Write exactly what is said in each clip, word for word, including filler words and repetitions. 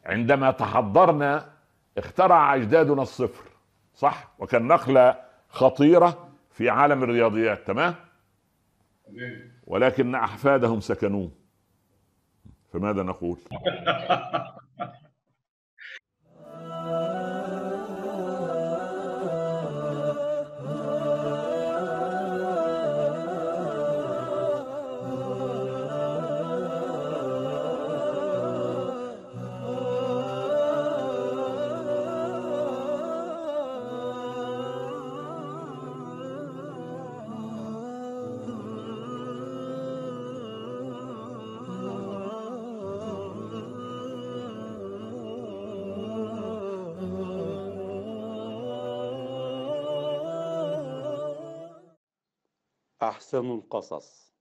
عندما تحضرنا اخترع أجدادنا الصفر، صح؟ وكان نقلة خطيرة في عالم الرياضيات، تمام؟ ولكن أحفادهم سكنوه، فماذا نقول؟ أحسن القصص.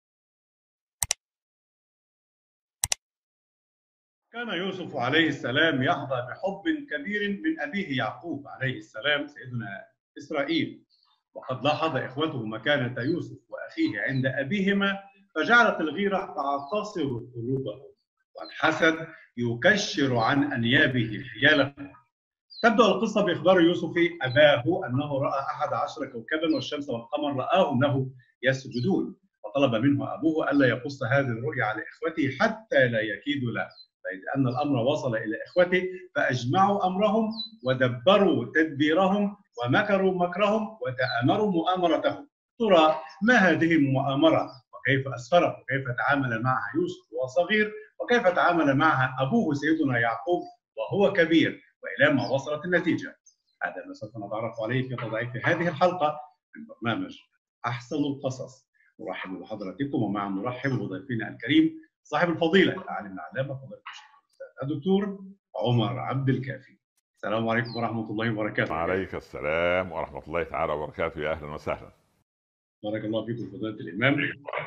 كان يوسف عليه السلام يحظى بحب كبير من أبيه يعقوب عليه السلام سيدنا إسرائيل، وقد لاحظ إخوته مكانة يوسف وأخيه عند أبيهما، فجعلت الغيرة تعتصر قلوبهم والحسد يكشر عن أنيابه حيالهم. تبدأ القصة بإخبار يوسف أباه أنه رأى أحد عشر كوكبا والشمس والقمر رآهم له يسجدون، وطلب منه أبوه ألا يقص هذه الرؤيا على إخوته حتى لا يكيدوا له. فإذ أن الأمر وصل إلى إخوته فأجمعوا أمرهم ودبروا تدبيرهم ومكروا مكرهم وتآمروا مؤامرتهم. ترى ما هذه المؤامرة وكيف أسفرت وكيف تعامل معها يوسف وهو صغير وكيف تعامل معها أبوه سيدنا يعقوب وهو كبير، وإلى ما وصلت النتيجة؟ هذا ما سوف نتعرف عليه في تضعيف هذه الحلقة من برنامج أحسن القصص. نرحب بحضراتكم ومع نرحب بضيفنا الكريم صاحب الفضيلة العالم العلامة فضيلة الدكتور عمر عبد الكافي. السلام عليكم ورحمة الله وبركاته. وعليك السلام ورحمة الله تعالى وبركاته، يا أهلا وسهلا. بارك الله فيكم فضيلة الإمام.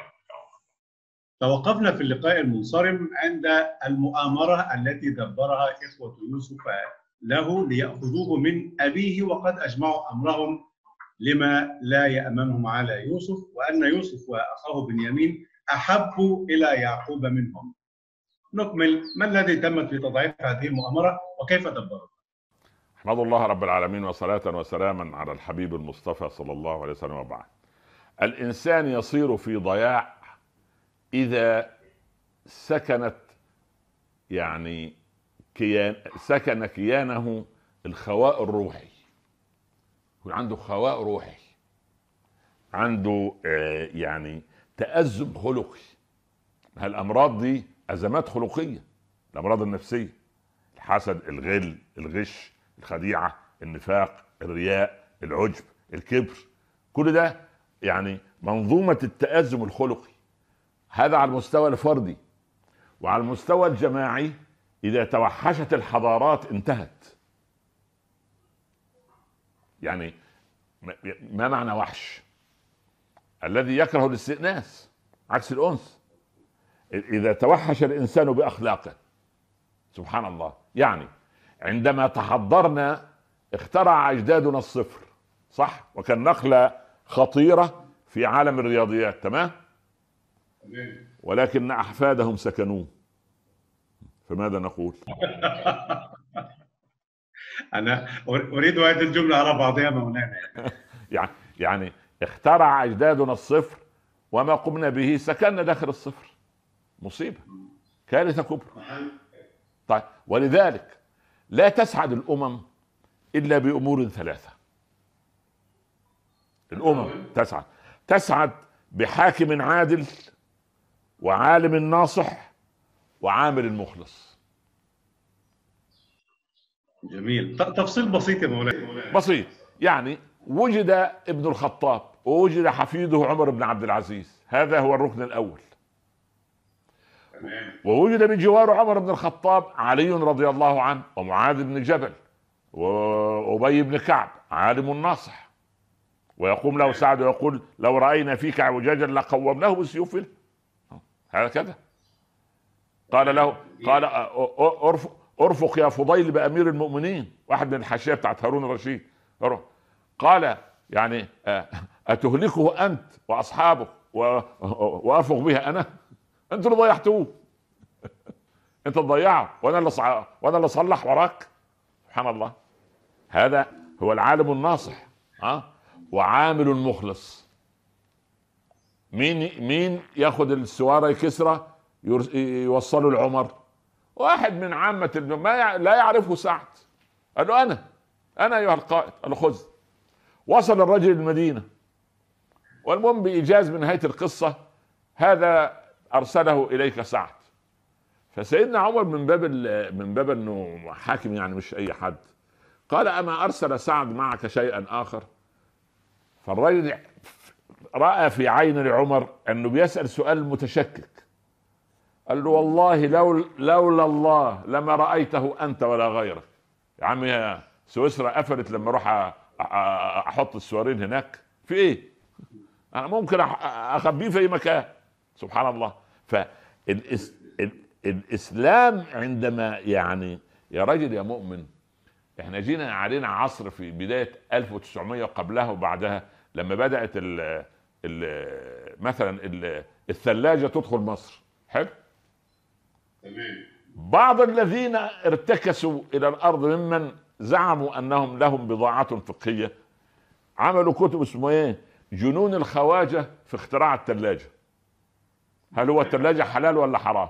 توقفنا في اللقاء المنصرم عند المؤامرة التي دبرها إخوة يوسف له ليأخذوه من أبيه، وقد أجمعوا أمرهم لما لا يأمنهم على يوسف، وأن يوسف وأخاه بنيامين أحبوا إلى يعقوب منهم. نكمل، ما الذي تم في تضعيف هذه المؤامرة وكيف دبروا؟ أحمد الله رب العالمين وصلاة وسلاما على الحبيب المصطفى صلى الله عليه وسلم، وبعد. الإنسان يصير في ضياع إذا سكنت يعني كيان سكن كيانه الخواء الروحي، عنده خواء روحي، عنده آه يعني تأزم خلقي. هالأمراض دي أزمات خلقية، الأمراض النفسية، الحسد، الغل، الغش، الخديعة، النفاق، الرياء، العجب، الكبر، كل ده يعني منظومة التأزم الخلقي. هذا على المستوى الفردي، وعلى المستوى الجماعي إذا توحشت الحضارات انتهت. يعني ما معنى وحش؟ الذي يكره الاستئناس عكس الأنس. إذا توحش الإنسان بأخلاقه، سبحان الله. يعني عندما تحضرنا اخترع أجدادنا الصفر، صح؟ وكان نقلة خطيرة في عالم الرياضيات، تمام؟ ولكن أحفادهم سكنوه، فماذا نقول؟ أنا أريد هذه الجملة على بعضها مولانا. يعني يعني اخترع أجدادنا الصفر وما قمنا به سكننا داخل الصفر. مصيبة، كارثة كبرى. طيب، ولذلك لا تسعد الأمم إلا بأمور ثلاثة. الأمم تسعد تسعد بحاكم عادل، وعالم ناصح، وعامل مخلص. جميل. تفصيل بسيط يا مولانا. بسيط، يعني وجد ابن الخطاب ووجد حفيده عمر بن عبد العزيز، هذا هو الركن الأول. ووجد بجوار عمر بن الخطاب علي رضي الله عنه، ومعاذ بن جبل، وأبي بن كعب عالم ناصح، ويقوم له سعد ويقول لو رأينا فيك اعوجاجا لقومناه بسيوفنا. هكذا قال له، قال ارفق يا فضيل بأمير المؤمنين، واحد من الحاشية بتاعت هارون الرشيد. قال يعني أتهلكه أنت وأصحابه وأفق بها أنا؟ أنتوا اللي ضيعتوه. انت تضيعه وانا اللي صع... وانا اللي صلح وراك. سبحان الله. هذا هو العالم الناصح. ها أه؟ وعامل مخلص. مين مين ياخذ السواره كسرى يوصله لعمر؟ واحد من عامه ما يع... لا يعرفه سعد. قال له انا انا ايها القائد. قال له خذ. وصل الرجل المدينه، والمهم بايجاز من نهايه القصه هذا ارسله اليك سعد. فسيدنا عمر من باب من باب انه حاكم يعني مش اي حد، قال اما ارسل سعد معك شيئا اخر؟ فالرجل راى في عين لعمر انه بيسال سؤال متشكك. قال له والله لو لولا الله لما رايته انت ولا غيرك. يا عم يا سويسرا قفلت لما اروح احط السوارين هناك في ايه؟ انا ممكن اخبيه في اي مكان. سبحان الله. فالاسلام عندما يعني يا راجل يا مؤمن، احنا جينا علينا عصر في بدايه ألف وتسعمائة وقبلها وبعدها لما بدات ال ال مثلا ال الثلاجه تدخل مصر. حلو. بعض الذين ارتكسوا الى الارض ممن زعموا انهم لهم بضاعه فقهيه عملوا كتب اسمه ايه؟ جنون الخواجه في اختراع الثلاجه. هل هو الثلاجه حلال ولا حرام؟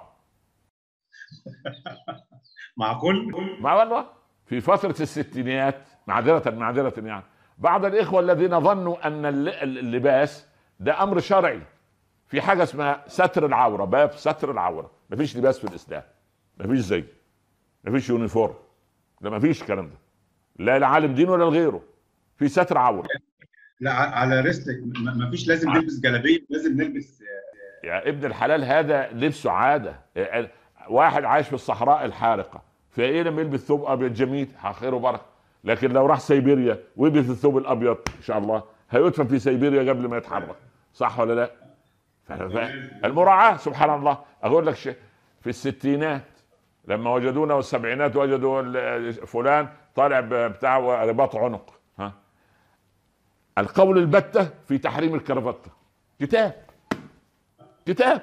معقول؟ ما والله في فتره الستينيات معذره معذره يعني بعض الاخوه الذين ظنوا ان اللباس ده امر شرعي، في حاجه اسمها ستر العوره، باب ستر العوره. مفيش لباس في الاسلام، مفيش زي، مفيش يونيفورم، ده مفيش الكلام ده، لا لعالم دين ولا لغيره. في ستر عوره. لا على رسلك مفيش لازم نلبس جلابيه، لازم نلبس يا ابن الحلال هذا لبسه عاده. واحد عايش في الصحراء الحارقه في ايه لما يلبس ثوب ابيض جميل خير وبركه، لكن لو راح سيبيريا ويلبس الثوب الابيض ان شاء الله هيدفن في سيبيريا قبل ما يتحرك. صح ولا لا؟ المراعاه. سبحان الله. اقول لك شيء، في الستينات لما وجدونا والسبعينات وجدوا فلان طالع بتاع رباط عنق، ها القول البتة في تحريم الكرافتة. كتاب كتاب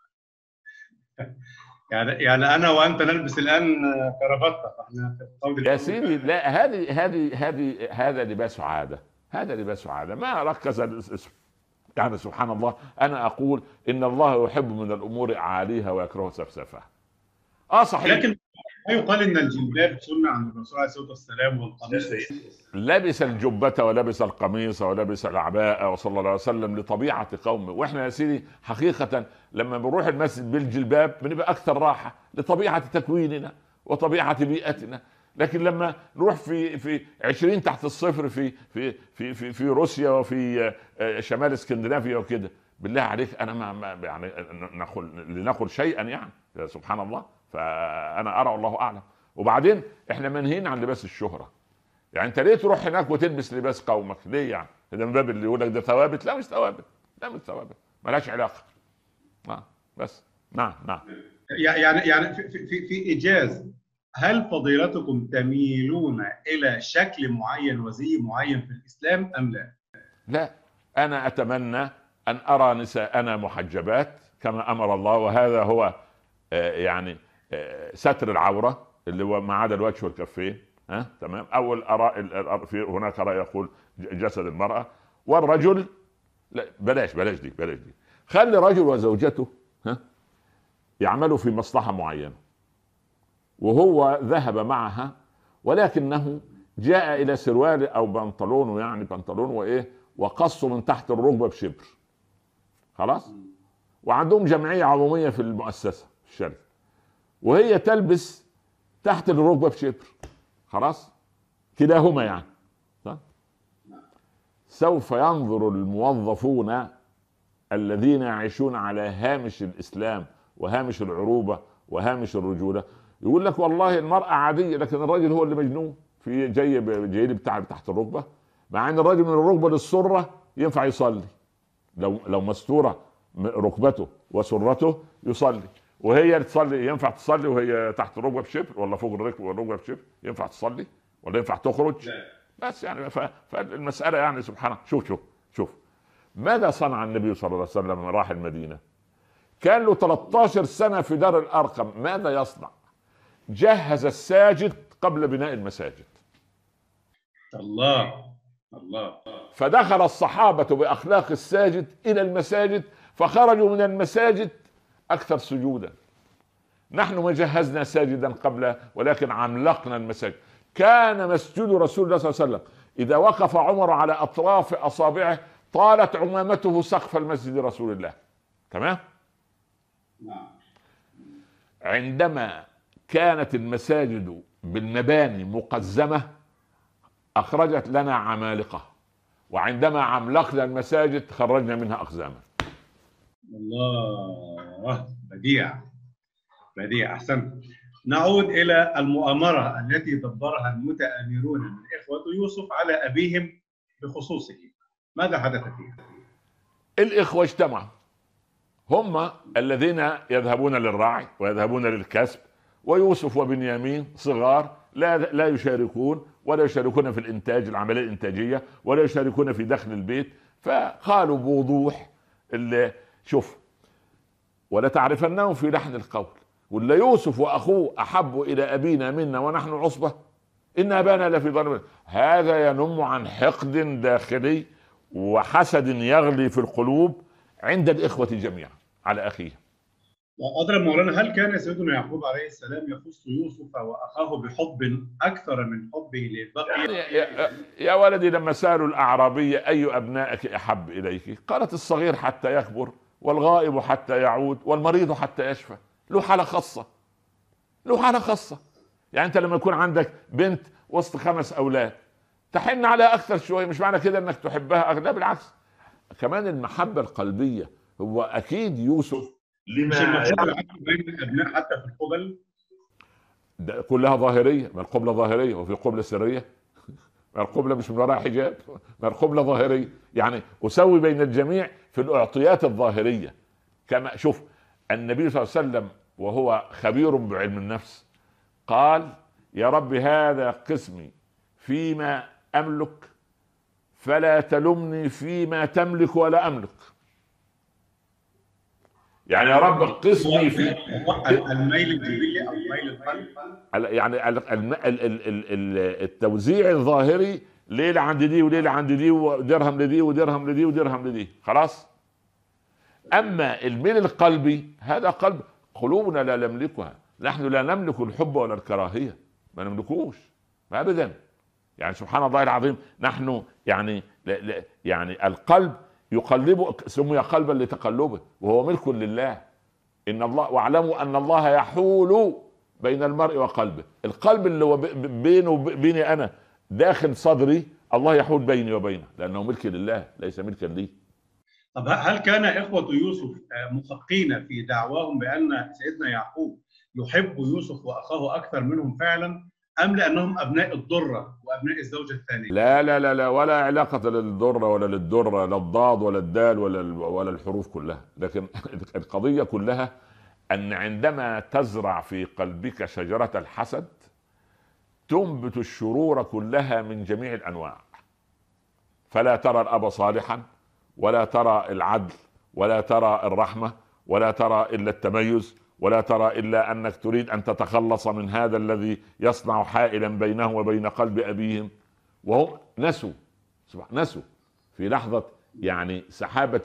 يعني يعني انا وانت نلبس الان كرافتة فاحنا في القول يا سيدي. لا هذه هذه هذه هذا لباس عادة، هذا لباس عادة ما ركز الاسم. يعني سبحان الله. انا اقول ان الله يحب من الامور اعاليها ويكره سفسفها. اه صحيح. لكن لا يقال ان الجلباب سنه عن الرسول عليه الصلاه والسلام والقميص. لبس الجبة ولبس القميص ولبس العباءة وصلى الله عليه وسلم لطبيعة قومه. واحنا يا سيدي حقيقة لما بنروح المسجد بالجلباب بنبقى اكثر راحة لطبيعة تكويننا وطبيعة بيئتنا. لكن لما نروح في في عشرين تحت الصفر في في في في, في روسيا وفي شمال اسكندنافيا وكده، بالله عليك انا ما يعني نقول لنقل شيئا يعني سبحان الله. فانا ارى الله اعلم. وبعدين احنا منهيين عن لباس الشهرة. يعني انت ليه تروح هناك وتلبس لباس قومك؟ ليه يعني؟ ده من باب اللي يقول لك ده ثوابت. لا مش ثوابت، لا مش ثوابت، ملهاش علاقه. آه. بس نعم نعم. يعني يعني في في في ايجاز، هل فضيلتكم تميلون الى شكل معين وزي معين في الاسلام ام لا؟ لا، انا اتمنى ان ارى نساءنا محجبات كما امر الله، وهذا هو آه يعني آه ستر العوره اللي هو ما عدا الوجه والكفين. ها أه؟ تمام. اول اراء في هناك راي يقول جسد المراه والرجل. لا بلاش بلاش دي بلاش دي. خلي رجل وزوجته ها يعملوا في مصلحه معينه وهو ذهب معها، ولكنه جاء الى سروال او بنطلون، يعني بنطلون وايه وقصه من تحت الركبه بشبر. خلاص. وعندهم جمعيه عموميه في المؤسسه في الشركه وهي تلبس تحت الركبه بشبر. خلاص كلاهما يعني صح؟ سوف ينظر الموظفون الذين يعيشون على هامش الإسلام وهامش العروبة وهامش الرجولة، يقول لك والله المرأة عادية لكن الراجل هو اللي مجنون في جاي جاي بتاع تحت الركبة، مع ان الراجل من الركبة للسرة ينفع يصلي لو لو مستورة ركبته وسرته يصلي، وهي تصلي ينفع تصلي وهي تحت الركبه بشبر ولا فوق الركبه والركبه بشبر؟ ينفع تصلي ولا ينفع تخرج؟ لا. بس يعني فالمساله يعني سبحان الله. شوف شوف شوف ماذا صنع النبي صلى الله عليه وسلم لما راح المدينه؟ كان له ثلاثة عشر سنه في دار الارقم. ماذا يصنع؟ جهز الساجد قبل بناء المساجد. الله الله. فدخل الصحابة بأخلاق الساجد إلى المساجد، فخرجوا من المساجد أكثر سجودا. نحن ما جهزنا ساجدا قبل، ولكن عملقنا المساجد. كان مسجد رسول الله صلى الله عليه وسلم إذا وقف عمر على أطراف أصابعه طالت عمامته سقف المسجد رسول الله. تمام. عندما كانت المساجد بالمباني مقزمة أخرجت لنا عمالقة، وعندما عملقنا المساجد خرجنا منها أقزاما. الله، بديع بديع، أحسنت. نعود إلى المؤامرة التي دبرها المتآمرون من إخوة يوسف على أبيهم بخصوصه، ماذا حدث فيها؟ الإخوة اجتمعوا، هم الذين يذهبون للرعي ويذهبون للكسب، ويوسف وبنيامين صغار لا لا يشاركون ولا يشاركون في الإنتاج، العملية الإنتاجية، ولا يشاركون في دخل البيت. فقالوا بوضوح اللي شوف ولا تعرفنهم في لحن القول، ولا يوسف واخوه احب الى ابينا منا ونحن عصبه ان ابانا لفي ضلال. هذا ينم عن حقد داخلي وحسد يغلي في القلوب عند الاخوه جميعا على اخيه. وأضرب مولانا، هل كان سيدنا يعقوب عليه السلام يخص يوسف واخاه بحب اكثر من حبه للبقيه؟ يا, يا ولدي لما سالوا الاعرابيه اي ابنائك احب اليك، قالت الصغير حتى يكبر، والغائب حتى يعود، والمريض حتى يشفى. له حالة خاصة، له حالة خاصة. يعني انت لما يكون عندك بنت وسط خمس اولاد تحن على اكثر شوية، مش معنى كده انك تحبها اغلى، بالعكس. كمان المحبة القلبية، هو اكيد يوسف مش المفروض العكس بين الابناء حتى في القبل؟ ده كلها ظاهرية، ما القبلة ظاهرية وفي قبلة سرية. ما القبلة مش من وراء حجاب، ما القبلة ظاهرية. يعني اسوي بين الجميع في الاعطيات الظاهرية. كما شوف النبي صلى الله عليه وسلم وهو خبير بعلم النفس قال يا رب هذا قسمي فيما أملك فلا تلمني فيما تملك ولا أملك. يعني يا رب قسمي في الميل الجبلي أو ميل القلب، يعني التوزيع الظاهري، ليلة عند دي وليلة عند دي ودرهم لدي ودرهم لدي ودرهم لدي، خلاص. أما الميل القلبي هذا قلب قلوبنا لا نملكها، نحن لا نملك الحب ولا الكراهية، ما نملكوش أبدا. يعني سبحان الله العظيم، نحن يعني لا لا يعني القلب يقلبه، سمي قلبا لتقلبه، وهو ملك لله. إن الله واعلموا أن الله يحول بين المرء وقلبه. القلب اللي هو بينه وبيني أنا داخل صدري، الله يحول بيني وبينه، لأنه ملك لله ليس ملكا لي. طب هل كان إخوة يوسف محقين في دعواهم بأن سيدنا يعقوب يحب يوسف وأخاه أكثر منهم فعلا، أم لأنهم أبناء الضرة وأبناء الزوجة الثانية؟ لا لا لا لا، ولا علاقة للضرة ولا للدرة، لا الضاد ولا الدال ولا ولا الحروف كلها. لكن القضية كلها أن عندما تزرع في قلبك شجرة الحسد تنبت الشرور كلها من جميع الأنواع. فلا ترى الأب صالحا، ولا ترى العدل، ولا ترى الرحمة، ولا ترى إلا التميز، ولا ترى إلا أنك تريد أن تتخلص من هذا الذي يصنع حائلا بينه وبين قلب أبيهم. وهم نسوا نسوا في لحظة يعني سحابة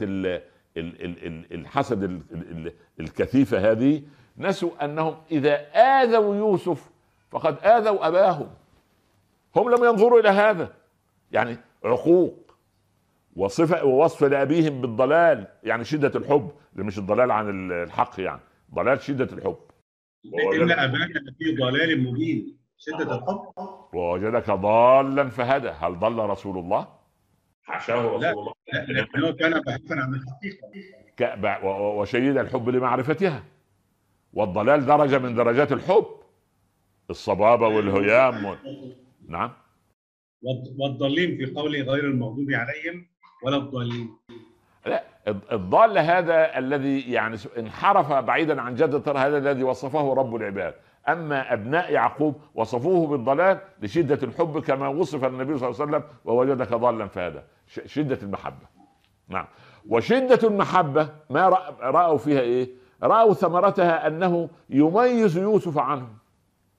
الحسد الكثيفة هذه، نسوا أنهم إذا آذوا يوسف فقد آذوا أباهم. هم لم ينظروا إلى هذا، يعني عقوق وصفة ووصف لأبيهم بالضلال، يعني شدة الحب، مش الضلال عن الحق، يعني ضلال شدة الحب. إن أباك في ضلال مبين، شدة الحب. ووجدك ضالا فهدى، هل ضل رسول الله؟ حاشاه رسول الله، لأنه كان باحثا عن الحقيقة، وشديد الحب لمعرفتها. والضلال درجة من درجات الحب، الصبابة والهيام و... نعم. والضالين في قوله غير المغضوب عليهم ولا الضالين. لا، الضال هذا الذي يعني انحرف بعيدا عن جدة، هذا الذي وصفه رب العباد. أما أبناء يعقوب وصفوه بالضلال لشدة الحب كما وصف النبي صلى الله عليه وسلم ووجدك ضالا فهدى، شدة المحبة. نعم. وشدة المحبة ما رأوا فيها إيه؟ رأوا ثمرتها أنه يميز يوسف عنهم.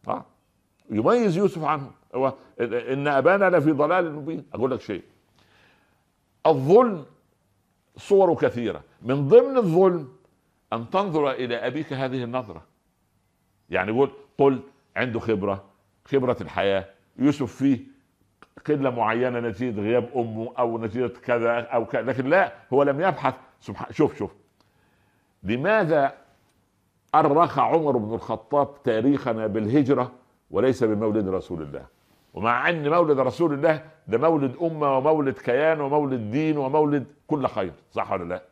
اه يميز يوسف عنهم. هو ان ابانا لفي ضلال مبين. اقول لك شيء، الظلم صوره كثيره، من ضمن الظلم ان تنظر الى ابيك هذه النظره. يعني قول قل عنده خبره، خبره الحياه. يوسف فيه قله معينه نتيجه غياب امه او نتيجه كذا او كذا، لكن لا، هو لم يبحث. سبحان شوف شوف لماذا أرخ عمر بن الخطاب تاريخنا بالهجرة وليس بمولد رسول الله؟ ومع أن مولد رسول الله ده مولد أمة ومولد كيان ومولد دين ومولد كل خير، صح ولا لا؟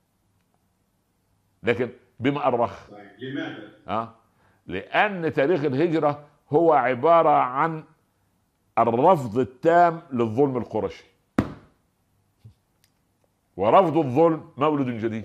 لكن بما أرخ؟ لماذا؟ أه؟ لأن تاريخ الهجرة هو عبارة عن الرفض التام للظلم القرشي، ورفض الظلم مولد جديد.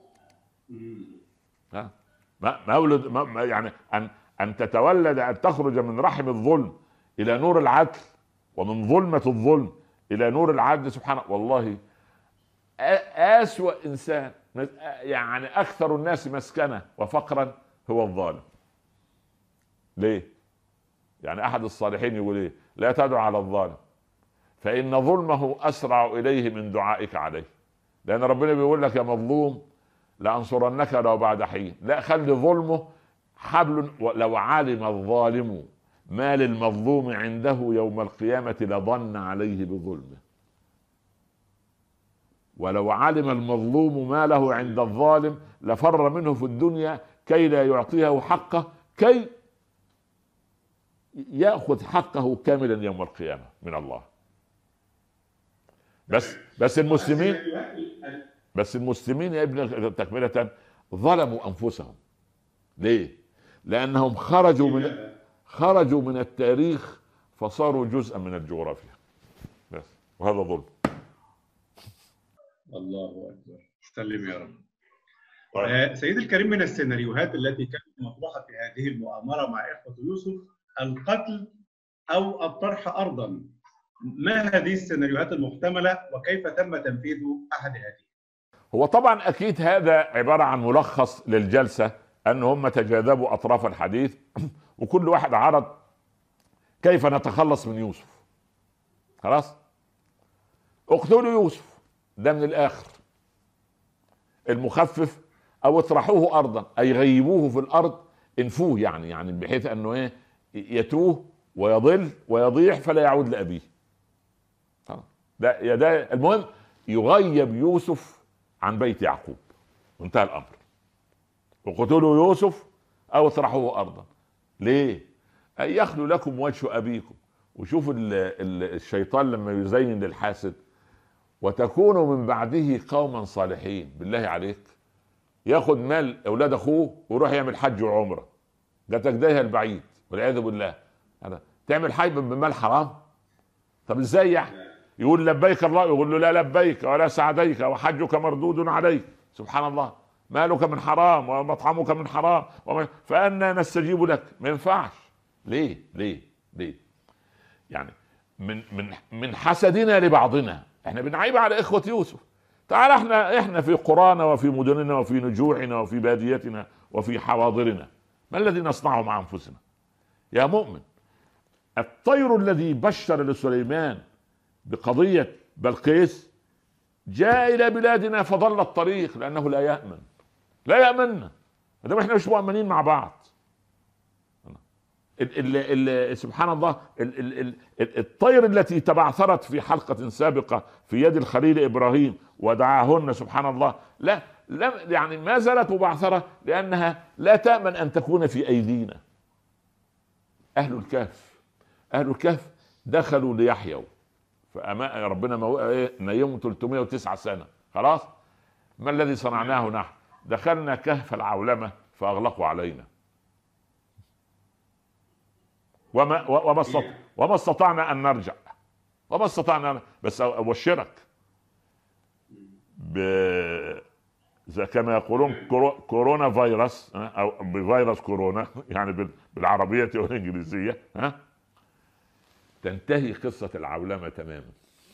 أه؟ مولد يعني ان ان تتولد، ان تخرج من رحم الظلم الى نور العدل، ومن ظلمة الظلم الى نور العدل. سبحانه والله اسوأ انسان، يعني اكثر الناس مسكنة وفقرا هو الظالم. ليه؟ يعني احد الصالحين يقول ايه؟ لا تدع على الظالم فان ظلمه اسرع اليه من دعائك عليه. لان ربنا بيقول لك يا مظلوم لأنصرنك لو بعد حين. لا، خلي ظلمه حبل. لو علم الظالم ما للمظلوم عنده يوم القيامة لظن عليه بظلمه، ولو علم المظلوم ما له عند الظالم لفر منه في الدنيا كي لا يعطيه حقه، كي يأخذ حقه كاملا يوم القيامة من الله. بس بس المسلمين بس المسلمين يا ابن تكملة ظلموا أنفسهم. ليه؟ لأنهم خرجوا من خرجوا من التاريخ فصاروا جزءا من الجغرافيا بس، وهذا ظلم. الله أكبر، سلم يا رب. طيب. سيدي الكريم، من السيناريوهات التي كانت مطروحة في هذه المؤامرة مع إخوة يوسف القتل أو الطرح أرضا. ما هذه السيناريوهات المحتملة وكيف تم تنفيذ أحد هذه؟ هو طبعا اكيد هذا عبارة عن ملخص للجلسة، ان هم تجاذبوا اطراف الحديث وكل واحد عرض كيف نتخلص من يوسف. خلاص، اقتلوا يوسف ده من الاخر المخفف، او اطرحوه ارضا اي غيبوه في الارض، انفوه يعني يعني بحيث انه ايه يتوه ويضل ويضيع فلا يعود لابيه. ده يا ده المهم يغيب يوسف عن بيت يعقوب وانتهى الامر. وقتلوا يوسف او اطرحوه ارضا. ليه؟ أن يخلو لكم وجه ابيكم. وشوف الشيطان لما يزين للحاسد وتكونوا من بعده قوما صالحين. بالله عليك، ياخد مال اولاد اخوه ويروح يعمل حج وعمره، جاتك ده البعيد والعياذ بالله. هذا تعمل حج بمال حرام؟ طب ازاي يعني؟ يقول لبيك الله، يقول له لا لبيك ولا سعديك وحجك مردود عليك. سبحان الله، مالك من حرام ومطعمك من حرام فأنا نستجيب لك. ما ينفعش. ليه ليه ليه يعني من من من حسدنا لبعضنا. احنا بنعيب على اخوة يوسف. تعال احنا احنا في قرانا وفي مدننا وفي نجوعنا وفي باديتنا وفي حواضرنا، ما الذي نصنعه مع انفسنا يا مؤمن؟ الطير الذي بشر لسليمان بقضية بلقيس جاء إلى بلادنا فضل الطريق لأنه لا يأمن. لا يأمننا ما دام احنا مش مؤمنين مع بعض. ال ال ال سبحان الله، ال ال ال الطير التي تبعثرت في حلقة سابقة في يد الخليل إبراهيم ودعاهن سبحان الله، لا لم يعني ما زالت مبعثرة لأنها لا تأمن أن تكون في أيدينا. أهل الكهف أهل الكهف دخلوا ليحيوا فأما ربنا نيمهم ثلاثمائة وتسعة سنة. خلاص، ما الذي صنعناه نحن؟ دخلنا كهف العولمة فأغلقوا علينا وما وما استطع وما استطعنا أن نرجع وما استطعنا. بس أبشرك ب زي كما يقولون كورونا فيروس أو بفيروس كورونا يعني بالعربية والإنجليزية، ها تنتهي قصة العولمة تماما.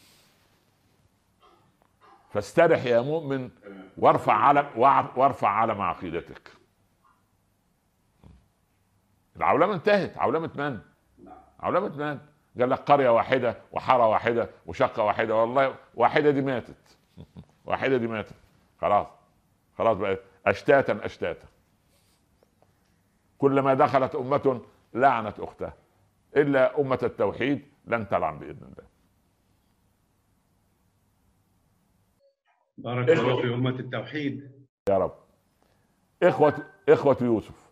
فاسترح يا مؤمن وارفع علم وارفع علم عقيدتك. العولمه انتهت. عولمه من؟ عولمه من؟ قال لك قريه واحده وحاره واحده وشقه واحده. والله واحده دي ماتت. واحده دي ماتت خلاص. خلاص بقت اشتاتا اشتاتا. كلما دخلت امه لعنت اختها، الا امه التوحيد لن تلعن باذن الله. بارك الله في امه التوحيد يا رب. اخوه اخوه يوسف،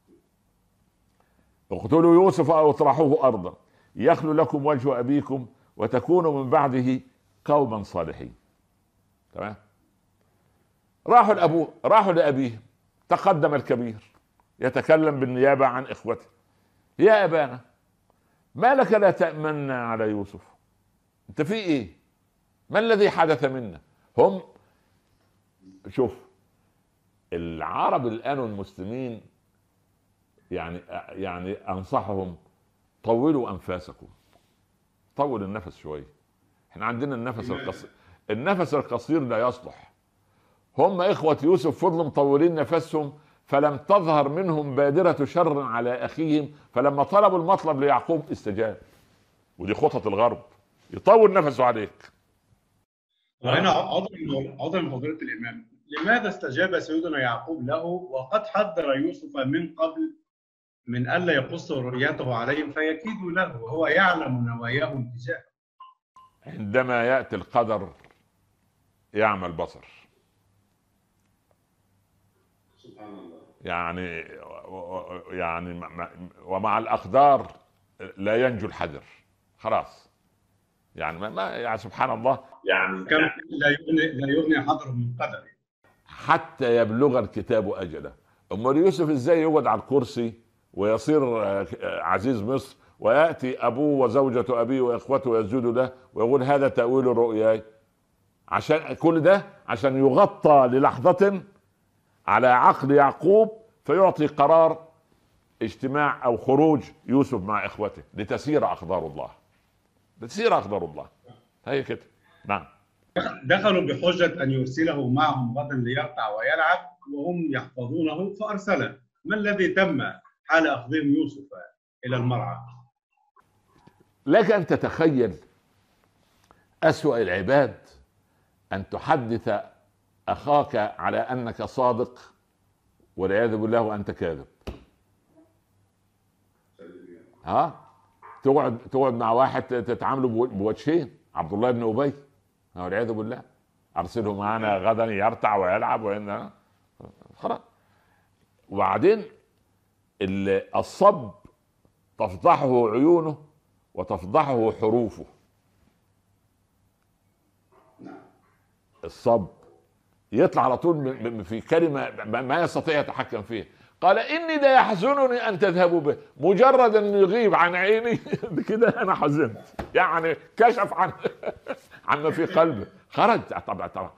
اقتلوا يوسف او اطرحوه ارضا يخلو لكم وجه ابيكم وتكونوا من بعده قوما صالحين. تمام. راحوا لابوه، راحوا لابيه. تقدم الكبير يتكلم بالنيابه عن اخوته. يا ابانا ما لك لا تأمنا على يوسف؟ انت في ايه؟ ما الذي حدث منا؟ هم شوف العرب الان والمسلمين، يعني يعني انصحهم طولوا انفاسكم. طول النفس شويه. احنا عندنا النفس القصير، النفس القصير لا يصلح. هم اخوة يوسف فضلوا مطولين نفسهم، فلم تظهر منهم بادرة شر على اخيهم، فلما طلبوا المطلب ليعقوب استجاب. ودي خطط الغرب، يطول نفسه عليك. وهنا عذر عذر فضيلة الإمام، لماذا استجاب سيدنا يعقوب له وقد حذر يوسف من قبل من ألا يقص رؤيته عليهم فيكيدوا له وهو يعلم نواياهم تجاهه؟ عندما يأتي القدر يعمى البصر. سبحان الله. يعني يعني ومع الأقدار لا ينجو الحذر. خلاص. يعني ما يعني سبحان الله، يعني كم لا يغني لا يغني حذر من قدر حتى يبلغ الكتاب أجله. أمال يوسف ازاي يقعد على الكرسي ويصير عزيز مصر ويأتي أبوه وزوجة أبيه وإخوته يسجدوا له ويقول هذا تأويل رؤياي؟ عشان كل ده عشان يغطى للحظة على عقل يعقوب فيعطي قرار اجتماع أو خروج يوسف مع إخوته لتسير أقدار الله. لتسير أقدار الله. هي كده. نعم. دخلوا بحجة أن يرسله معهم غدا ليرتع ويلعب وهم يحفظونه فأرسله. ما الذي تم حال أخذهم يوسف إلى المرعى؟ لك أن تتخيل أسوأ العباد أن تحدث أخاك على أنك صادق والعياذ بالله وأنت كاذب. ها؟ تقعد تقعد مع واحد تتعاملوا بوجهين، عبد الله بن أبي والعياذ بالله، أرسله معنا غدا يرتع ويلعب وإن خلاص. وبعدين الصب تفضحه عيونه وتفضحه حروفه. الصب يطلع على طول في كلمة ما يستطيع يتحكم فيها. قال إني لا يحزنني أن تذهبوا به. مجرد أن يغيب عن عيني كده أنا حزنت، يعني كشف عن عما في قلبه، خرج. طبعا طبعا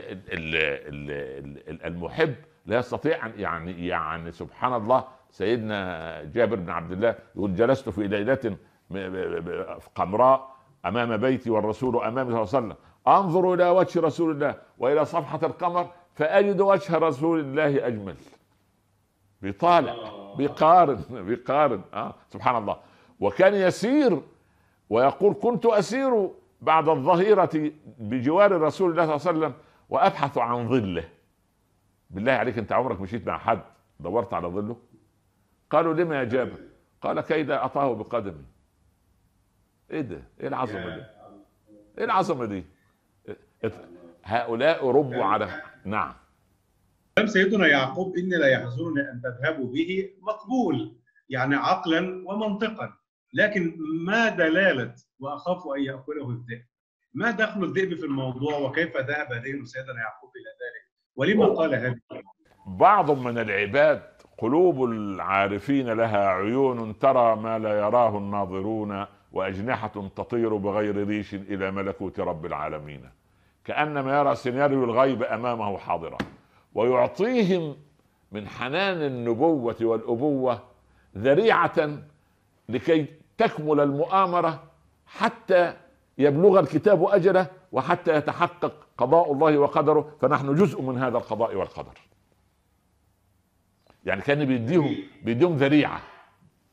المحب لا يستطيع أن يعني يعني سبحان الله. سيدنا جابر بن عبد الله يقول جلست في ليلة قمراء أمام بيتي والرسول أمامي صلى الله عليه وسلم أنظر إلى وجه رسول الله وإلى صفحة القمر فأجد وجه رسول الله أجمل. بيطالع بيقارن بيقارن آه سبحان الله. وكان يسير ويقول كنت أسير بعد الظهيرة بجوار رسول الله صلى الله عليه وسلم وأبحث عن ظله. بالله عليك أنت عمرك مشيت مع حد دورت على ظله؟ قالوا لما يا جابر؟ قال كيد أطاه بقدمي. ايه ده؟ ايه العظمه دي؟ ايه العظمه دي؟ هؤلاء ربوا على نعم. كلام سيدنا يعقوب إني لا يحزنني أن تذهبوا به مقبول يعني عقلا ومنطقا، لكن ما دلالة وأخاف أن يأكله الذئب؟ ما دخل الذئب في الموضوع وكيف ذهب ذهن سيدنا يعقوب إلى ذلك؟ ولما قال هذا؟ بعض من العباد قلوب العارفين لها عيون ترى ما لا يراه الناظرون وأجنحة تطير بغير ريش إلى ملكوت رب العالمين، كأنما يرى سيناريو الغيب أمامه حاضرا. ويعطيهم من حنان النبوة والأبوة ذريعة لكي تكمل المؤامرة حتى يبلغ الكتاب أجله وحتى يتحقق قضاء الله وقدره، فنحن جزء من هذا القضاء والقدر. يعني كان بيديهم بيديهم ذريعة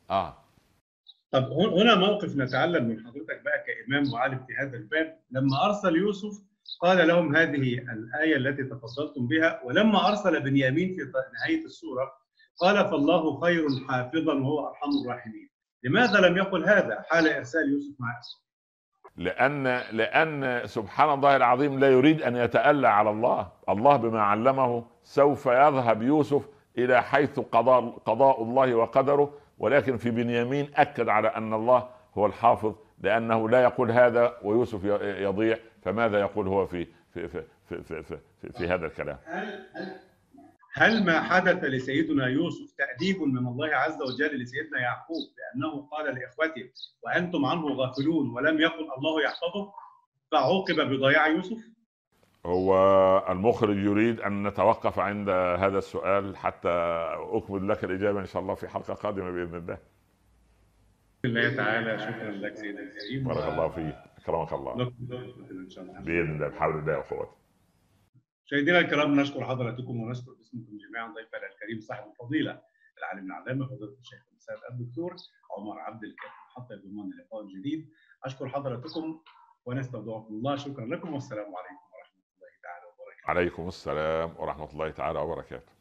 اه طب هنا موقف نتعلم من حضرتك بقى كإمام وعالم في هذا الباب. لما أرسل يوسف قال لهم هذه الآية التي تفضلتم بها، ولما أرسل بنيامين في نهاية السورة قال فالله خير حافظا وهو أرحم الراحمين. لماذا لم يقل هذا حال إرسال يوسف مع إسرائيل؟ لأن لأن سبحان الله العظيم لا يريد أن يتألى على الله. الله بما علمه سوف يذهب يوسف إلى حيث قضاء قضاء الله وقدره، ولكن في بنيامين أكد على أن الله هو الحافظ، لأنه لا يقول هذا ويوسف يضيع، فماذا يقول هو في في في في في, في, في, في هذا الكلام؟ هل هل ما حدث لسيدنا يوسف تأديب من الله عز وجل لسيدنا يعقوب بأنه قال لإخوته وأنتم عنه غافلون ولم يقل الله يحفظه فعوقب بضياع يوسف؟ هو المخرج يريد أن نتوقف عند هذا السؤال حتى أكمل لك الإجابة إن شاء الله في حلقة قادمة بإذن الله. بإذن الله تعالى. شكرا لك سيدي الكريم. بارك الله فيك، أكرمك الله. إن شاء الله بإذن الله، بحول الله وقوته. مشاهدينا الكرام، نشكر حضراتكم ونشكر باسمكم جميعا ضيفنا الكريم صاحب الفضيلة العالم العلامة فضيلة الشيخ الأستاذ الدكتور عمر عبد الكافي. حتى يضمن لقاء جديد. أشكر حضراتكم ونستودعكم الله. شكرا لكم والسلام عليكم ورحمة الله تعالى وبركاته. عليكم السلام ورحمة الله تعالى وبركاته.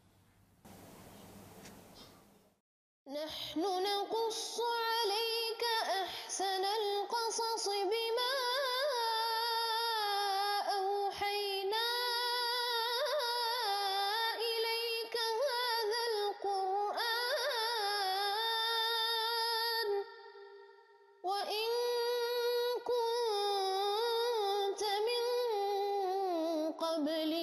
نحن نقص عليك أحسن القصص بما أوحينا إليك هذا القرآن وإن كنت من قبله